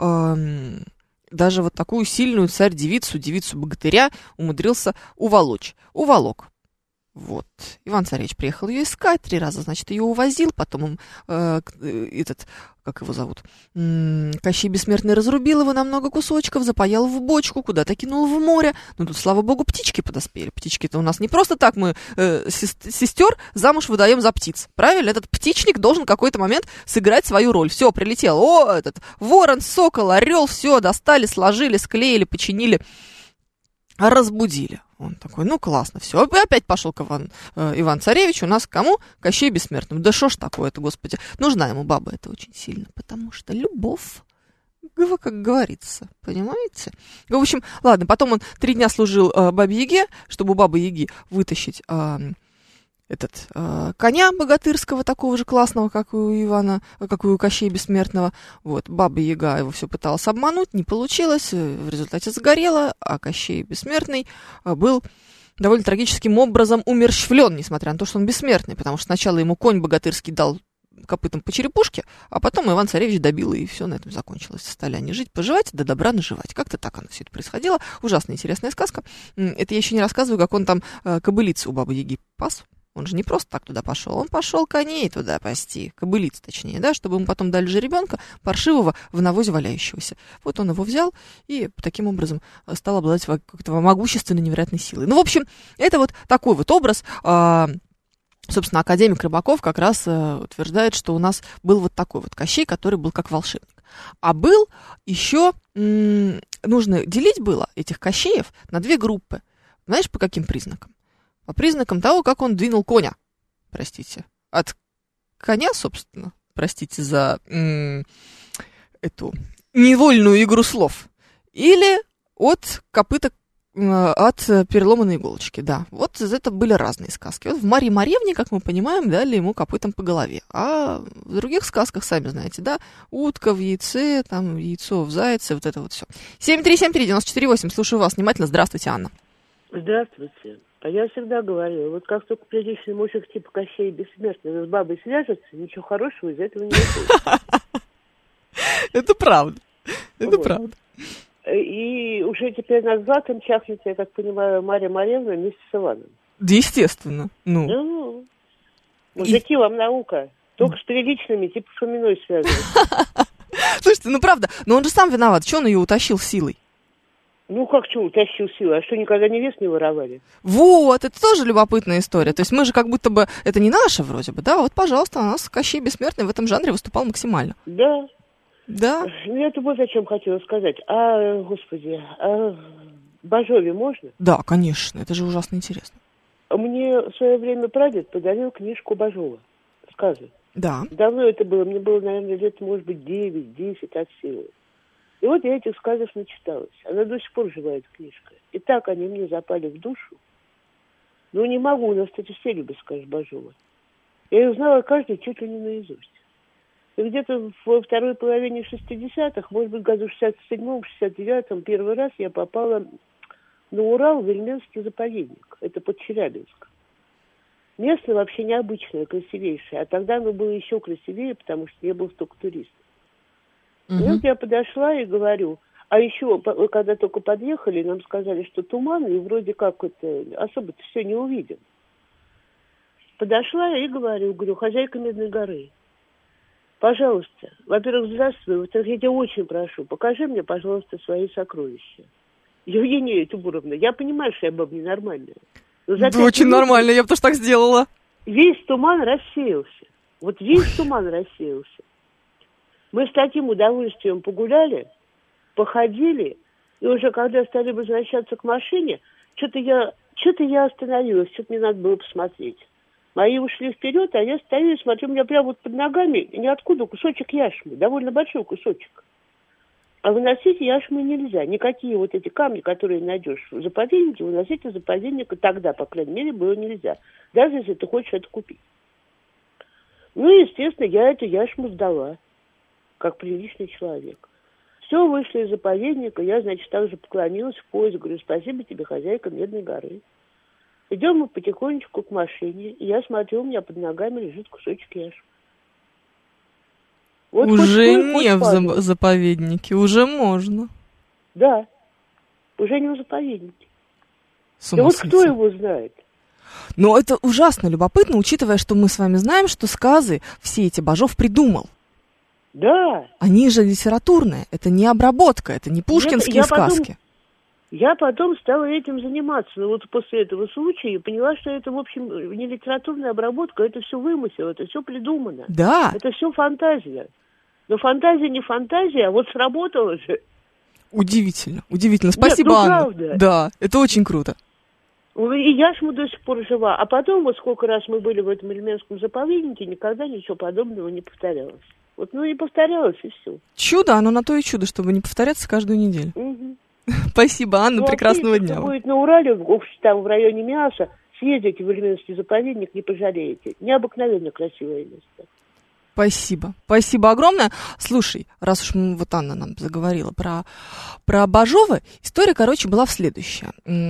э, даже вот такую сильную царь-девицу, девицу-богатыря умудрился уволочь. Уволок. Вот. Иван-Царевич приехал ее искать, три раза, значит, ее увозил, потом он, э, этот, как его зовут, м-м, Кощей Бессмертный разрубил его на много кусочков, запаял в бочку, куда-то кинул в море. Ну, тут, слава богу, птички подоспели. Птички-то у нас не просто так мы э, сестер замуж выдаем за птиц, правильно? Этот птичник должен в какой-то момент сыграть свою роль. Все, прилетел, о, этот, ворон, сокол, орел, все, достали, сложили, склеили, починили, разбудили. Он такой, ну классно, все. И опять пошел к Иван, э, Иван-Царевич. У нас к кому? Кощей Бессмертному. Да что ж такое-то, господи. Нужна ему баба это очень сильно, потому что любовь, как говорится, понимаете? В общем, ладно, потом он три дня служил э, Бабе-Яге, чтобы у Бабы-Яги вытащить э, этот э, коня богатырского, такого же классного, как и у Ивана, как и у Кощея Бессмертного. Вот, Баба-Яга его все пыталась обмануть, не получилось, в результате сгорела, а Кощей Бессмертный э, был довольно трагическим образом умерщвлен, несмотря на то, что он бессмертный, потому что сначала ему конь богатырский дал копытом по черепушке, а потом Иван-Царевич добил, и все на этом закончилось. Стали они жить, поживать, до добра наживать. Как-то так оно все это происходило. Ужасно интересная сказка. Это я еще не рассказываю, как он там э, кобылицу у Бабы-Яги пас. Он же не просто так туда пошел, он пошел коней туда пасти, кобылиц точнее, да, чтобы ему потом дали жеребенка паршивого в навозе валяющегося. Вот он его взял и таким образом стал обладать какой-то могущественной невероятной силой. Ну, в общем, это вот такой вот образ. А, собственно, академик Рыбаков как раз а, утверждает, что у нас был вот такой вот Кощей, который был как волшебник. А был еще, м- нужно делить было этих Кощеев на две группы. Знаешь, по каким признакам? По признакам того, как он двинул коня, простите, от коня, собственно, простите за м- эту невольную игру слов, или от копыта, от переломанной иголочки, да. Вот это были разные сказки. Вот в Марье Марьевне, как мы понимаем, дали ему копытом по голове. А в других сказках, сами знаете, да, утка в яйце, там яйцо в зайце, вот это вот все. семь три семь три девять четыре восемь, слушаю вас внимательно. Здравствуйте, Анна. Здравствуйте. А я всегда говорила, вот как только приличный мужик типа Кощей Бессмертный с бабой свяжется, ничего хорошего из этого не будет. Это правда. Это правда. И уже теперь над златом чахнет, я так понимаю, Марья Марьевна вместе с Иваном. Да, естественно. Ну. Ну, мужики, вам наука. Только с приличными, типа Фоминой связываются. Слушайте, ну правда, но он же сам виноват. Чего он ее утащил силой? Ну, как что, утащил силу? А что, никогда невест не воровали? Вот, это тоже любопытная история. То есть мы же как будто бы... Это не наше вроде бы, да? Вот, пожалуйста, у нас Кощей Бессмертный в этом жанре выступал максимально. Да. Да. Ну, я вот о чем хотела сказать. А, господи, а Бажове можно? Да, конечно, это же ужасно интересно. Мне в свое время прадед подарил книжку Бажова, сказы. Да. Давно это было, мне было, наверное, лет, может быть, девять-десять от силы. И вот я этих сказов начиталась. Она до сих пор живая, эта книжка. И так они мне запали в душу. Ну, не могу, у нас, кстати, все любят сказки Бажова. Я ее знала каждый чуть ли не наизусть. И где-то во второй половине шестидесятых, может быть, году шестьдесят седьмом шестьдесят девятом, первый раз я попала на Урал, в Вельменский заповедник. Это под Челябинск. Место вообще необычное, красивейшее. А тогда оно было еще красивее, потому что не было столько туристов. И вот я подошла и говорю, А еще, когда только подъехали, нам сказали, что туман, и вроде как это особо-то все не увидим. Подошла я и говорю, говорю, хозяйка Медной горы, пожалуйста, во-первых, здравствуй, во-вторых, я тебя очень прошу, покажи мне, пожалуйста, свои сокровища. Евгения Тимуровна, я понимаю, что я баба ненормальная. Да очень минут нормально, я бы тоже так сделала. Весь туман рассеялся. Вот весь туман рассеялся. Мы с таким удовольствием погуляли, походили, и уже когда стали возвращаться к машине, что-то я, что-то я остановилась, что-то мне надо было посмотреть. Мои ушли вперед, а я стою и смотрю, у меня прямо вот под ногами ниоткуда кусочек яшмы, довольно большой кусочек. А выносить яшмы нельзя. Никакие вот эти камни, которые найдешь в заповеднике, выносить из заповедника тогда, по крайней мере, было нельзя. Даже если ты хочешь это купить. Ну, естественно, я эту яшму сдала, как приличный человек. Все, вышли из заповедника, я, значит, также поклонилась в пояс, говорю, спасибо тебе, хозяйка Медной горы. Идем мы потихонечку к машине, и я смотрю, у меня под ногами лежит кусочек яшмы. Вот уже хоть, не хоть в заповеднике, уже можно. Да, уже не в заповеднике. Да вот кто его знает? Но это ужасно любопытно, учитывая, что мы с вами знаем, что сказы все эти Бажов придумал. Да. Они же литературные, это не обработка, это не пушкинские я, я сказки. Потом, я потом стала этим заниматься, но вот после этого случая я поняла, что это, в общем, не литературная обработка, это все вымысел, это все придумано. Да. Это все фантазия. Но фантазия не фантазия, а вот сработала же. Удивительно, удивительно. Спасибо, Нет, ну, Анна. правда. Да, это очень круто. И яшма до сих пор жива. А потом, вот сколько раз мы были в этом Ильменском заповеднике, никогда ничего подобного не повторялось. Вот, ну, не повторялось, и все. Чудо, оно на то и чудо, чтобы не повторяться каждую неделю. Угу. Спасибо, Анна, ну, прекрасного а дня. Если будет на Урале, там в районе Миаса, съездите в Ильменский заповедник, не пожалеете. Необыкновенно красивое место. Спасибо. Спасибо огромное. Слушай, раз уж мы, вот Анна нам заговорила про, про Бажова, история, короче, была в следующая.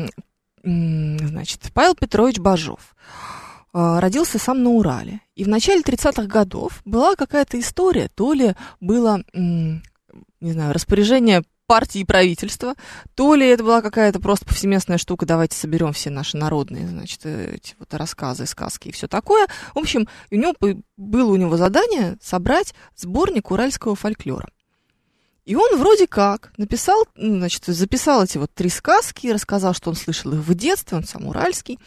Значит, Павел Петрович Бажов родился сам на Урале. И в начале тридцатых годов была какая-то история, то ли было, не знаю, распоряжение партии и правительства, то ли это была какая-то просто повсеместная штука, давайте соберем все наши народные, значит, эти вот рассказы, сказки и все такое. В общем, у него было у него задание собрать сборник уральского фольклора. И он вроде как написал, значит, записал эти вот три сказки, рассказал, что он слышал их в детстве, он сам уральский,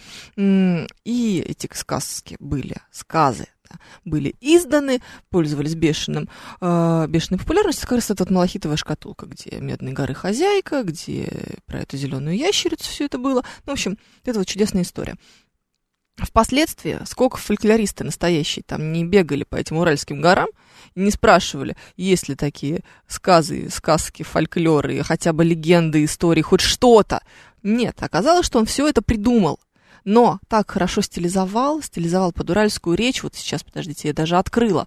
и эти сказки были, сказы, были изданы, пользовались бешеным, э, бешеной популярностью. Как раз эта вот малахитовая шкатулка, где Медной горы хозяйка, где про эту зеленую ящерицу все это было. Ну, в общем, это вот чудесная история. Впоследствии, сколько фольклористы настоящие там не бегали по этим уральским горам, не спрашивали, есть ли такие сказы, сказки, фольклоры, хотя бы легенды, истории, хоть что-то. Нет, оказалось, что он все это придумал. Но так хорошо стилизовал, стилизовал под уральскую речь. Вот сейчас, подождите, я даже открыла.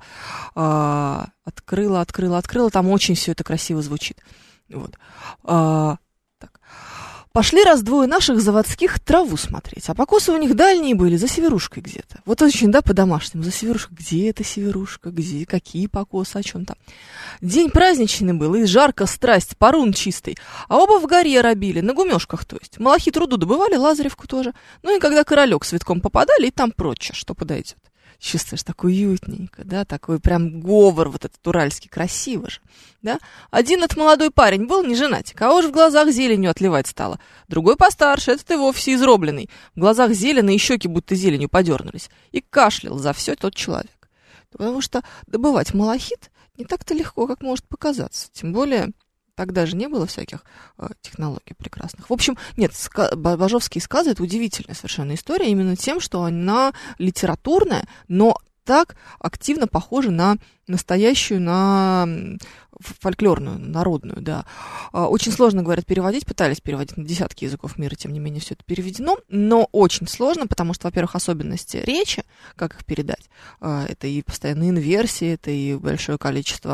А, открыла, открыла, открыла. Там очень все это красиво звучит. Вот. А, так. Пошли раз двое наших заводских траву смотреть. А покосы у них дальние были, за Северушкой где-то. Вот очень, да, по-домашнему. За Северушкой. Где эта Северушка? Где? Какие покосы? О чем там? День праздничный был, и жарко страсть, парун чистый. А оба в горе робили, на гумёшках, то есть. Малахит руду добывали, Лазаревку тоже. Ну и когда королек с Витком попадали, и там прочее, что подойдет. Чувствуешь, так уютненько, да, такой прям говор вот этот уральский, красиво же, да. Один этот молодой парень был не женатик, а уж в глазах зеленью отливать стало. Другой постарше, этот и вовсе изробленный. В глазах зеленые щеки будто зеленью подернулись. И кашлял за все тот человек. Потому что добывать малахит не так-то легко, как может показаться. Тем более, тогда же не было всяких э, технологий прекрасных. В общем, нет, ска- бажовские сказы — это удивительная совершенно история, именно тем, что она литературная, но так активно похожа на настоящую, на фольклорную, народную, да. Очень сложно, говорят, переводить, пытались переводить на десятки языков мира, тем не менее, все это переведено, но очень сложно, потому что, во-первых, особенности речи, как их передать, это и постоянные инверсии, это и большое количество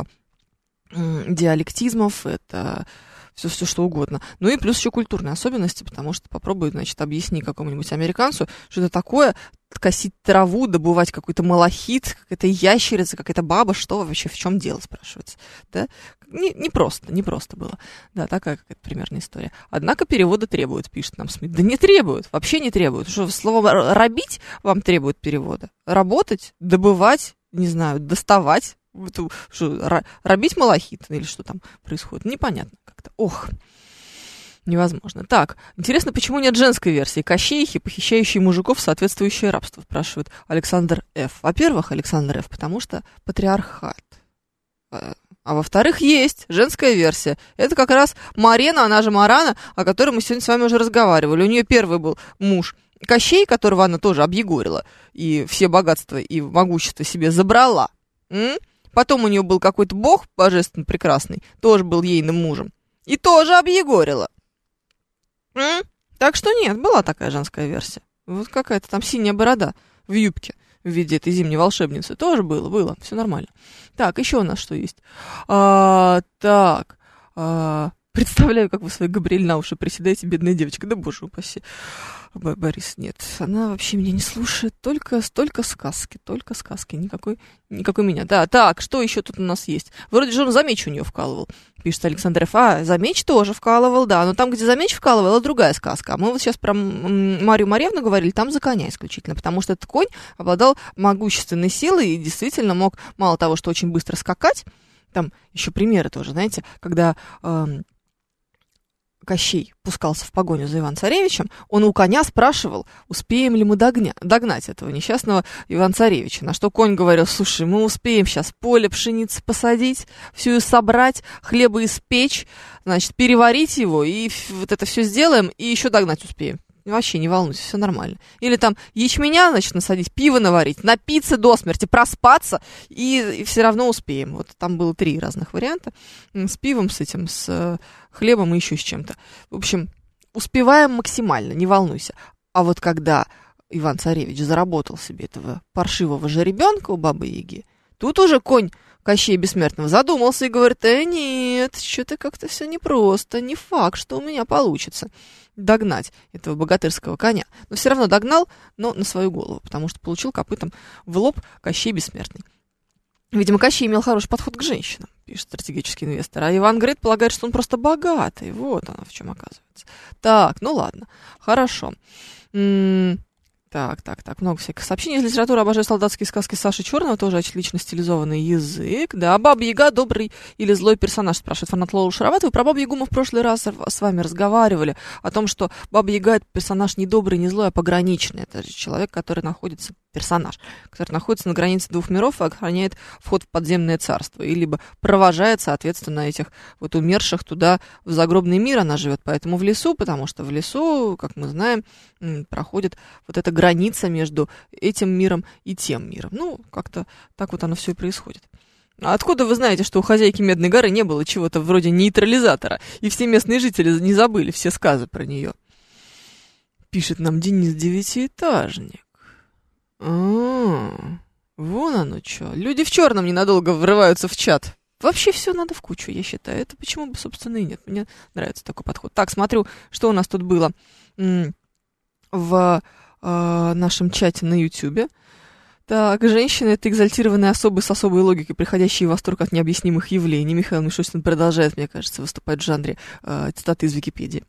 диалектизмов, это все, все что угодно. Ну и плюс еще культурные особенности, потому что попробуй, значит, объясни какому-нибудь американцу, что это такое косить траву, добывать какой-то малахит, какая-то ящерица, какая-то баба, что вообще, в чем дело, спрашивается, да? Не, не просто, не просто было. Да, такая какая-то примерная история. Однако перевода требуют, пишет нам СМИ. Да не требуют, вообще не требуют. Что, слово «рабить» вам требует перевода? Работать, добывать, не знаю, доставать, что, рабить малахит или что там происходит? Непонятно как-то. Ох, невозможно. Так, интересно, почему нет женской версии? Кощеихи, похищающие мужиков, соответствующее рабство, спрашивает Александр Ф. Во-первых, Александр Ф., потому что патриархат. А во-вторых, есть женская версия. Это как раз Марена, она же Марана, о которой мы сегодня с вами уже разговаривали. У нее первый был муж Кощей, которого она тоже объегорила, и все богатства и могущество себе забрала. М? Потом у нее был какой-то бог божественно прекрасный, тоже был ейным мужем, и тоже объегорила. М? Так что нет, была такая женская версия. Вот какая-то там синяя борода в юбке в виде этой зимней волшебницы. Тоже было, было, все нормально. Так, еще у нас что есть? А, так, а, представляю, как вы своей Габриэль на уши приседаете, бедная девочка. Да боже упаси. Борис, нет, она вообще меня не слушает, только, только сказки, только сказки, никакой, никакой меня. Да, так, что еще тут у нас есть? Вроде же он за меч у нее вкалывал, пишет Александр Ф. А, за меч тоже вкалывал, да, но там, где за меч вкалывал, это другая сказка. А мы вот сейчас про Марию Марьевну говорили, там за коня исключительно, потому что этот конь обладал могущественной силой и действительно мог, мало того, что очень быстро скакать, там еще примеры тоже, знаете, когда... Эм, Кощей пускался в погоню за Иван-Царевичем, он у коня спрашивал, успеем ли мы догня- догнать этого несчастного Иван-Царевича. На что конь говорил, слушай, мы успеем сейчас поле пшеницы посадить, всю ее собрать, хлеба испечь, значит, переварить его, и вот это все сделаем, и еще догнать успеем. Вообще не волнуйся, все нормально. Или там ячменя, значит, насадить, пиво наварить, напиться до смерти, проспаться, и, и все равно успеем. Вот там было три разных варианта. С пивом, с этим, с хлебом и еще с чем-то. В общем, успеваем максимально, не волнуйся. А вот когда Иван-Царевич заработал себе этого паршивого жеребенка у Бабы-Яги, тут уже конь Кощея Бессмертного задумался и говорит, э, нет, что-то как-то все непросто, не факт, что у меня получится догнать этого богатырского коня. Но все равно догнал, но на свою голову, потому что получил копытом в лоб Кощей Бессмертный. Видимо, Кощей имел хороший подход к женщинам, пишет стратегический инвестор. А Иван Грейт полагает, что он просто богатый. Вот оно в чем оказывается. Так, ну ладно, хорошо. М-м- Так, так, так, много всяких сообщений из литературы. Обожаю солдатские сказки Саши Черного, тоже отлично стилизованный язык. Да, Баба-Яга добрый или злой персонаж, спрашивает фанат Лола Шароватова. Про Бабу-Ягу мы в прошлый раз с вами разговаривали, о том, что Баба-Яга — это персонаж не добрый, не злой, а пограничный. Это человек, который находится, персонаж, который находится на границе двух миров и охраняет вход в подземное царство, и либо провожает, соответственно, этих вот умерших туда, в загробный мир она живет, поэтому в лесу, потому что в лесу, как мы знаем, проходит вот эта граница между этим миром и тем миром. Ну, как-то так вот оно все и происходит. А откуда вы знаете, что у хозяйки Медной горы не было чего-то вроде нейтрализатора, и все местные жители не забыли все сказы про нее? Пишет нам Денис Девятиэтажник. А, вон оно что. Люди в черном ненадолго врываются в чат. Вообще все надо в кучу, я считаю. Это почему бы, собственно, и нет. Мне нравится такой подход. Так, смотрю, что у нас тут было в э, нашем чате на Ютьюбе. Так, женщины — это экзальтированные особы с особой логикой, приходящие в восторг от необъяснимых явлений. Михаил Мишустин продолжает, мне кажется, выступать в жанре э, цитаты из Википедии.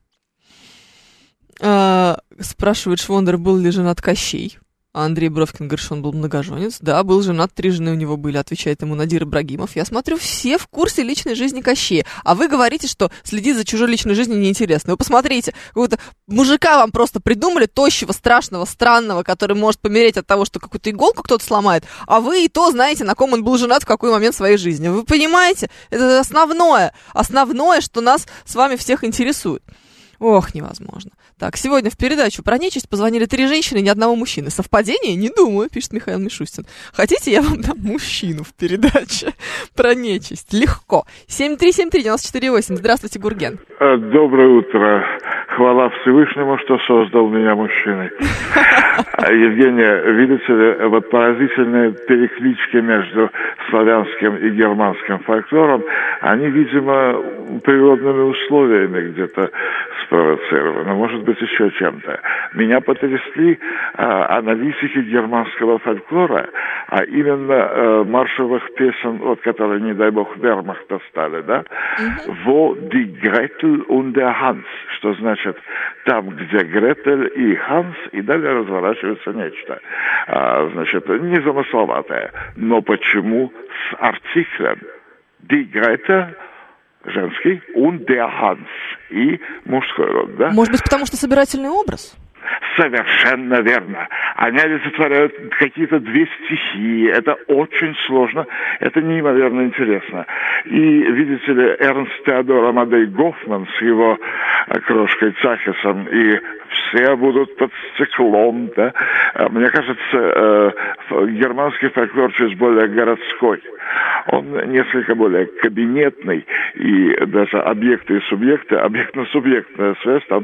Э, спрашивает Швондер, был ли женат Кощей. А Андрей Бровкин говорит, что он был многоженец. Да, был женат, три жены у него были, отвечает ему Надир Ибрагимов. Я смотрю, все в курсе личной жизни Кощея. А вы говорите, что следить за чужой личной жизнью неинтересно. Вы посмотрите, какого-то мужика вам просто придумали, тощего, страшного, странного, который может помереть от того, что какую-то иголку кто-то сломает, а вы и то знаете, на ком он был женат в какой момент своей жизни. Вы понимаете? Это основное, основное, что нас с вами всех интересует. Ох, невозможно. Так, сегодня в передачу про нечисть позвонили три женщины и ни одного мужчины. Совпадение? Не думаю, пишет Михаил Мишустин. Хотите, я вам дам мужчину в передаче про нечисть? Легко. семь три семь три девять четыре восемь. Здравствуйте, Гурген. Доброе утро. хвала Всевышнему, что создал меня мужчиной. Евгения, видите ли, вот поразительные переклички между славянским и германским фольклором, они, видимо, природными условиями где-то спровоцированы, может быть, еще чем-то. Меня потрясли а, аналитики германского фольклора, а именно а, маршевых песен, вот, которые, не дай бог, вермахта стали, да? «Wo die Gretel und der Hans», что значит «там, где Гретель и Ханс», и далее разворачивается нечто, а, значит, незамысловатое. Но почему с артиклем «die Gretel», женский, und der Hans, и мужской род, да? Может быть, потому что собирательный образ? Совершенно верно. Они олицетворяют какие-то две стихии. Это очень сложно. Это неимоверно интересно. И, видите ли, Эрнст Теодор Амадей Гофман с его крошкой Цахисом и «Все будут под стеклом», да? Мне кажется, германский фольклор чуть более городской. Он несколько более кабинетный, и даже объекты и субъекты, объектно-субъектная связь там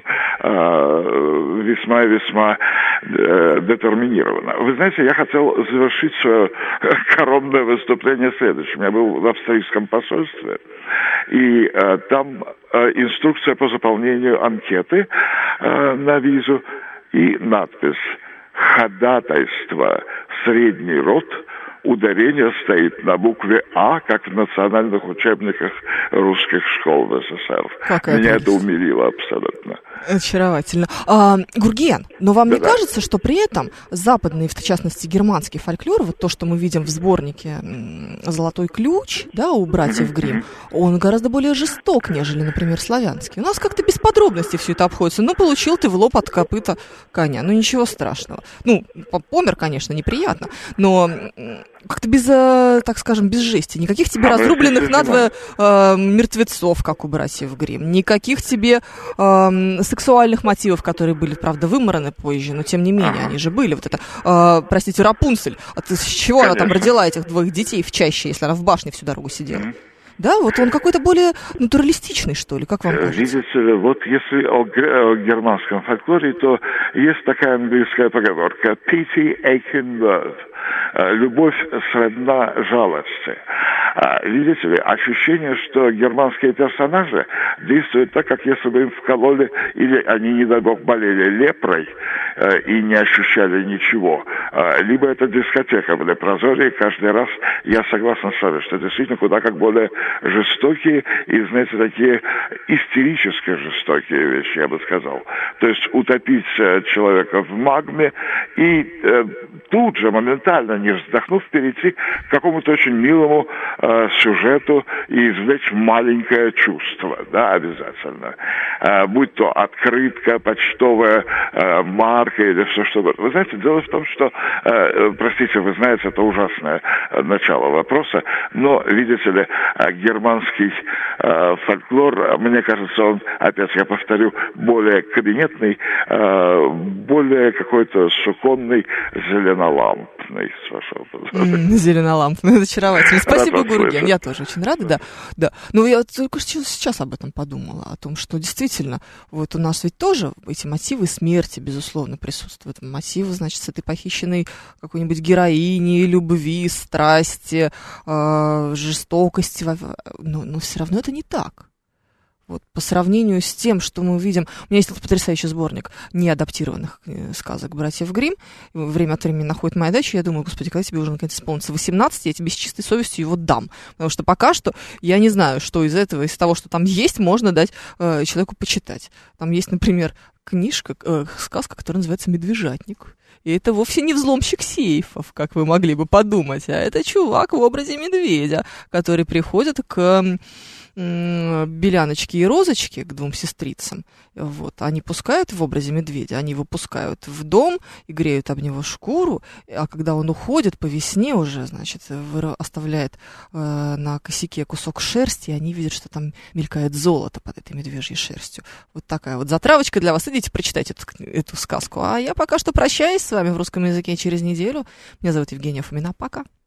э, весьма и весьма э, детерминирована. Вы знаете, я хотел завершить свое коронное выступление следующим. Я был в австрийском посольстве, и э, там э, инструкция по заполнению анкеты э, на визу и надпись «Ходатайство, средний род». Ударение стоит на букве «А», как в национальных учебниках русских школ в СССР. Какая Меня прелесть. Это умилило абсолютно. Очаровательно. А, Гурген, но вам да, не кажется, что при этом западный, в частности германский фольклор, вот то, что мы видим в сборнике «Золотой ключ», да, у братьев Гримм, он гораздо более жесток, нежели, например, славянский. У нас как-то без подробностей все это обходится. Ну, получил ты в лоб от копыта коня, ну, ничего страшного. Ну, помер, конечно, неприятно, но как-то без, так скажем, без жести. Никаких тебе а разрубленных надвое э, мертвецов, как у братьев Гримм. Никаких тебе э, сексуальных мотивов, которые были, правда, вымораны позже, но тем не менее, ага. они же были. Вот это, э, простите, Рапунцель. А ты, с чего Конечно. Она там родила этих двоих детей в чаще, если она в башне всю дорогу сидела? Mm-hmm. Да, вот он какой-то более натуралистичный, что ли, как вам кажется? Видите ли, вот если о, о германском фольклоре, то есть такая английская поговорка «pity, aching love». Любовь сродна жалости. Видите ли, ощущение, что германские персонажи действуют так, как если бы им вкололи, или они, не дай бог, болели лепрой и не ощущали ничего. Либо это дискотека в Лепрозории. Каждый раз я согласен с вами, что действительно куда как более жестокие и, знаете, такие истерически жестокие вещи, я бы сказал. То есть утопить человека в магме и э, тут же моментально, не вздохнув, перейти к какому-то очень милому э, сюжету и извлечь маленькое чувство, да, обязательно. Э, будь то открытка, почтовая э, марка или все что угодно. Вы знаете, дело в том, что, э, простите, вы знаете, это ужасное э, начало вопроса, но, видите ли, э, германский э, фольклор, мне кажется, он, опять я повторю, более кабинетный, э, более какой-то суконный, зеленолампный, с вашего позволения. Mm, зеленолампный, очаровательно. Спасибо, Гурген, я тоже очень рада, да. да. Но я только сейчас об этом подумала, о том, что действительно, вот у нас ведь тоже эти мотивы смерти, безусловно, присутствуют. Мотивы, значит, с этой похищенной какой-нибудь героини, любви, страсти, э, жестокости, но, но все равно это не так. Вот, по сравнению с тем, что мы видим... У меня есть этот потрясающий сборник неадаптированных сказок братьев Гримм. Время от времени находит моя дача, я думаю, господи, когда тебе уже наконец исполнится восемнадцать, я тебе с чистой совестью его дам. Потому что пока что я не знаю, что из этого, из того, что там есть, можно дать э, человеку почитать. Там есть, например, книжка, э, сказка, которая называется «Медвежатник». И это вовсе не взломщик сейфов, как вы могли бы подумать, а это чувак в образе медведя, который приходит к... Беляночки и Розочки, к двум сестрицам, вот, они пускают в образе медведя, они его пускают в дом и греют об него шкуру, а когда он уходит по весне уже, значит, оставляет э, на косяке кусок шерсти, и они видят, что там мелькает золото под этой медвежьей шерстью. Вот такая вот затравочка для вас. Идите, прочитайте эту, эту сказку. А я пока что прощаюсь с вами в русском языке через неделю. Меня зовут Евгения Фомина. Пока.